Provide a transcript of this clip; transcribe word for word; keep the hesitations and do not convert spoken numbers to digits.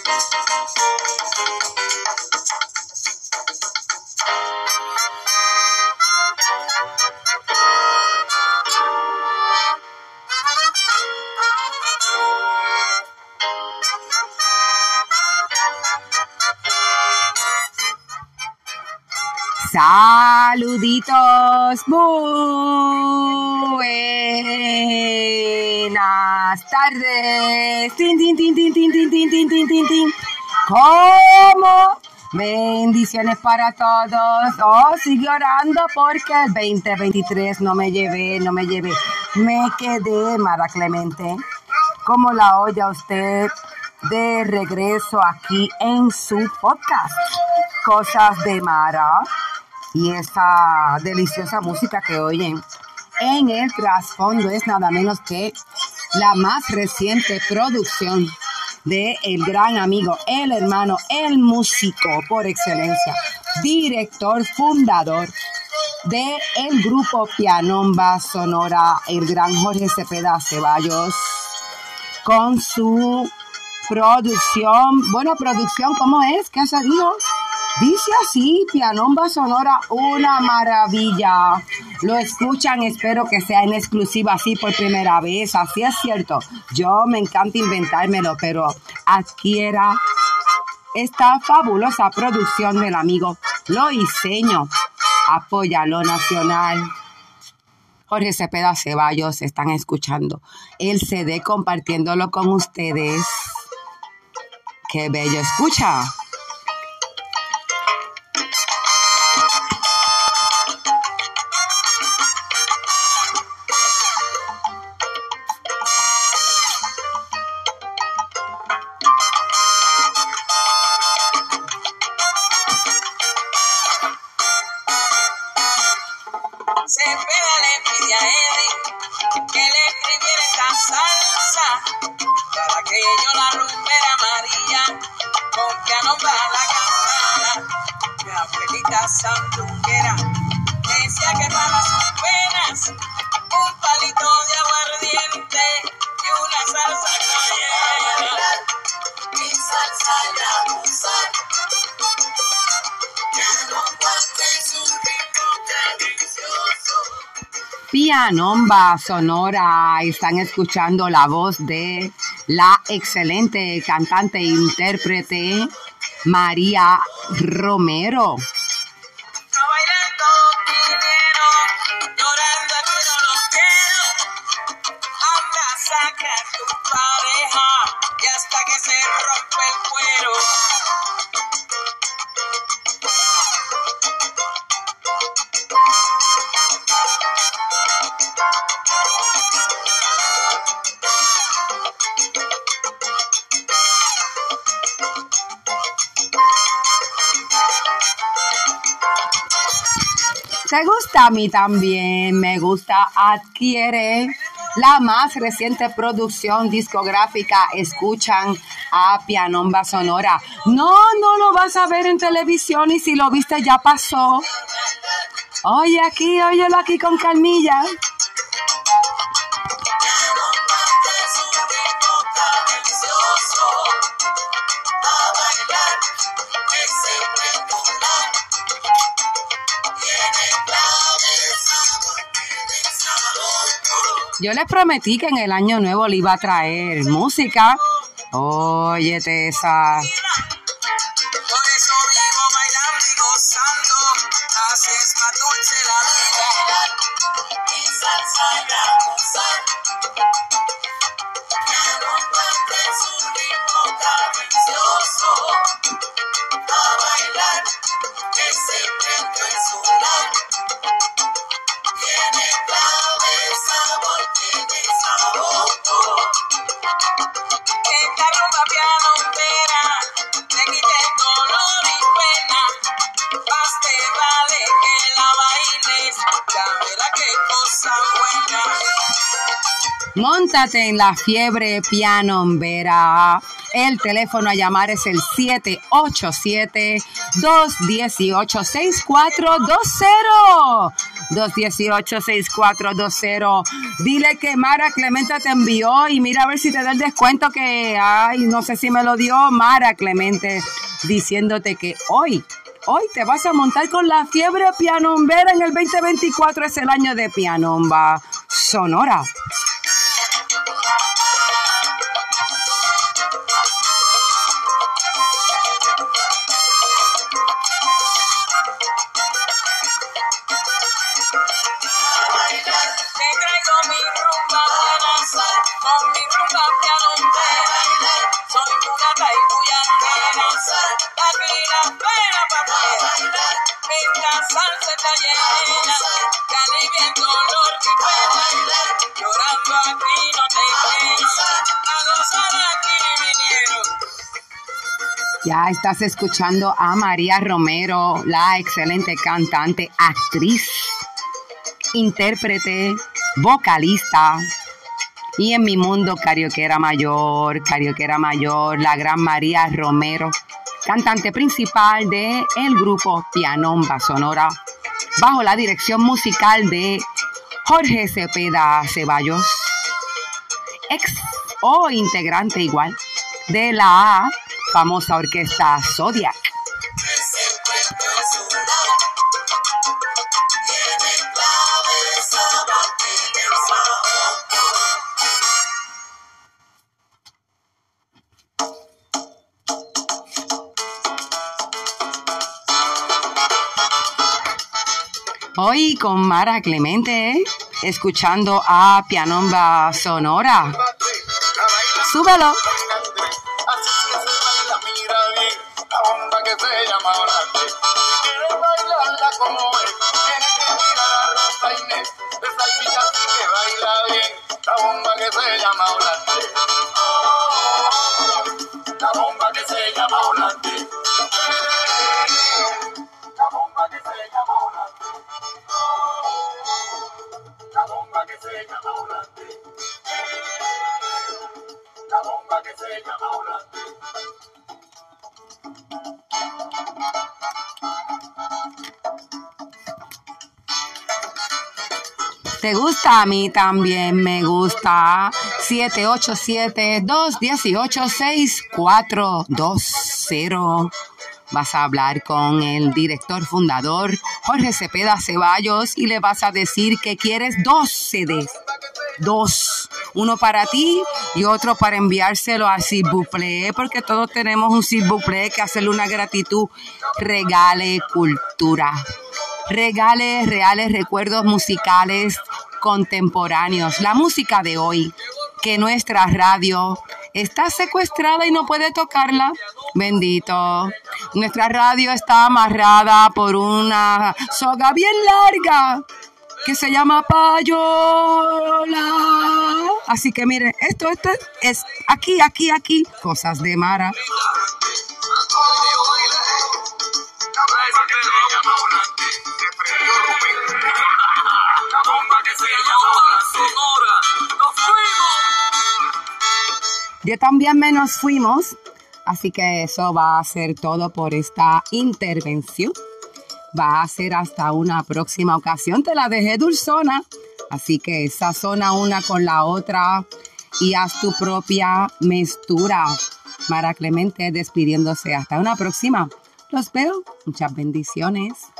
Saluditos, buenas tardes. Tin, tin, tin, tin, tin, tin, tin, tin, tin, tin, tin. ¿Cómo? Bendiciones para todos. Oh, sigue orando porque el veinte veintitrés no me llevé, no me llevé. Me quedé, Mara Clemente. ¿Cómo la oye usted? De regreso aquí en su podcast, Cosas de Mara. Y esa deliciosa música que oyen en el trasfondo es nada menos que la más reciente producción de el gran amigo, el hermano, el músico por excelencia, director, fundador de el grupo Pianomba Sonora, el gran Jorge Cepeda Ceballos, con su producción, bueno, producción, ¿cómo es? ¿Qué se dijo? Dice así, Pianomba Sonora, una maravilla. Lo escuchan, espero que sea en exclusiva así por primera vez. Así es cierto. Yo me encanta inventármelo, pero adquiera esta fabulosa producción del amigo Lo Diseño. Apoya lo nacional. Jorge Cepeda Ceballos, están escuchando el C D, compartiéndolo con ustedes. ¡Qué bello! Escucha. Cepeda le pide a Eddie que le escribiera esta salsa para que yo la rumbera María con Pianomba la cantara. Mi abuelita sandunguera decía que para sus penas un palito de aguardiente y una salsa cayera. Mi salsa ya usar Pianomba es un ritmo delicioso. Pianomba Sonora, están escuchando la voz de la excelente cantante e intérprete María Romero. A bailar todos vinieron, llorando aquí no los quiero. Anda a sacar tu pareja y hasta que se rompe el cuero. ¿Te gusta? A mí también me gusta. Adquiere la más reciente producción discográfica. Escuchan a Pianomba Sonora. No, no lo vas a ver en televisión y si lo viste ya pasó. Oye aquí, óyelo aquí con calmilla. Yo les prometí que en el año nuevo le iba a traer música. Óyete esa. Por eso vivo bailando y gozando, así es más dulce la vida. Mi salsa ya gozar, Pianomba es un ritmo delicioso. A bailar, que se prende el solar. Tiene clave, sabor, tiene sabor. Esta rumba pianombera te quita el dolor y pena. Más te vale que la bailes, ya verás qué cosa buena. Móntate en la fiebre pianombera. El teléfono a llamar es el siete ocho siete, dos uno ocho, seis cuatro dos cero. dos uno ocho, seis cuatro dos cero. Dile que Mara Clemente te envió y mira a ver si te da el descuento que, ay, no sé si me lo dio Mara Clemente, diciéndote que hoy, hoy te vas a montar con la fiebre pianombera en el veinte veinticuatro. Es el año de Pianomba Sonora. Con mi rumba pianombera, soy mulata y muy ajena, aquí la pena pa' afuera, esta salsa está llena, que alivia el dolor y pena, llorando aquí no te pena, a gozar aquí vinieron. Ya estás escuchando a María Romero, la excelente cantante, actriz, intérprete, vocalista. Y en mi mundo, carioquera mayor, carioquera mayor, la gran María Romero, cantante principal del grupo Pianomba Sonora, bajo la dirección musical de Jorge Cepeda Ceballos, ex o integrante igual de la famosa orquesta Zodiac. Hoy con Mara Clemente, ¿eh? Escuchando a Pianomba Sonora. ¡Súbelo! Así que se baila, mira bien, la bomba que se llama volante. Si quieres bailarla como es, tienes que mirar a Rosa Inés. Esa chica sí que baila bien, la bomba que se llama volante. Oh, la bomba que se llama volante. La bomba que se llama volante. La bomba que se llama volante. La bomba que se llama volante. ¿Te gusta? A mí también me gusta. siete ocho siete, dos uno ocho, seis cuatro dos cero. Vas a hablar con el director fundador Jorge Cepeda Ceballos y le vas a decir que quieres dos C Ds. Dos. Uno para ti y otro para enviárselo a s'il vous plaît, porque todos tenemos un s'il vous plaît que hacerle una gratitud. Regale cultura. Regale reales recuerdos musicales contemporáneos. La música de hoy, que nuestra radio está secuestrada y no puede tocarla. Bendito. Nuestra radio está amarrada por una soga bien larga que se llama payola. Así que miren, esto, esto es aquí, aquí, aquí. Cosas de Mara. Ya también me nos fuimos, así que eso va a ser todo por esta intervención. Va a ser hasta una próxima ocasión. Te la dejé dulzona, así que sazona una con la otra y haz tu propia mezcla. Mara Clemente despidiéndose hasta una próxima. Los veo. Muchas bendiciones.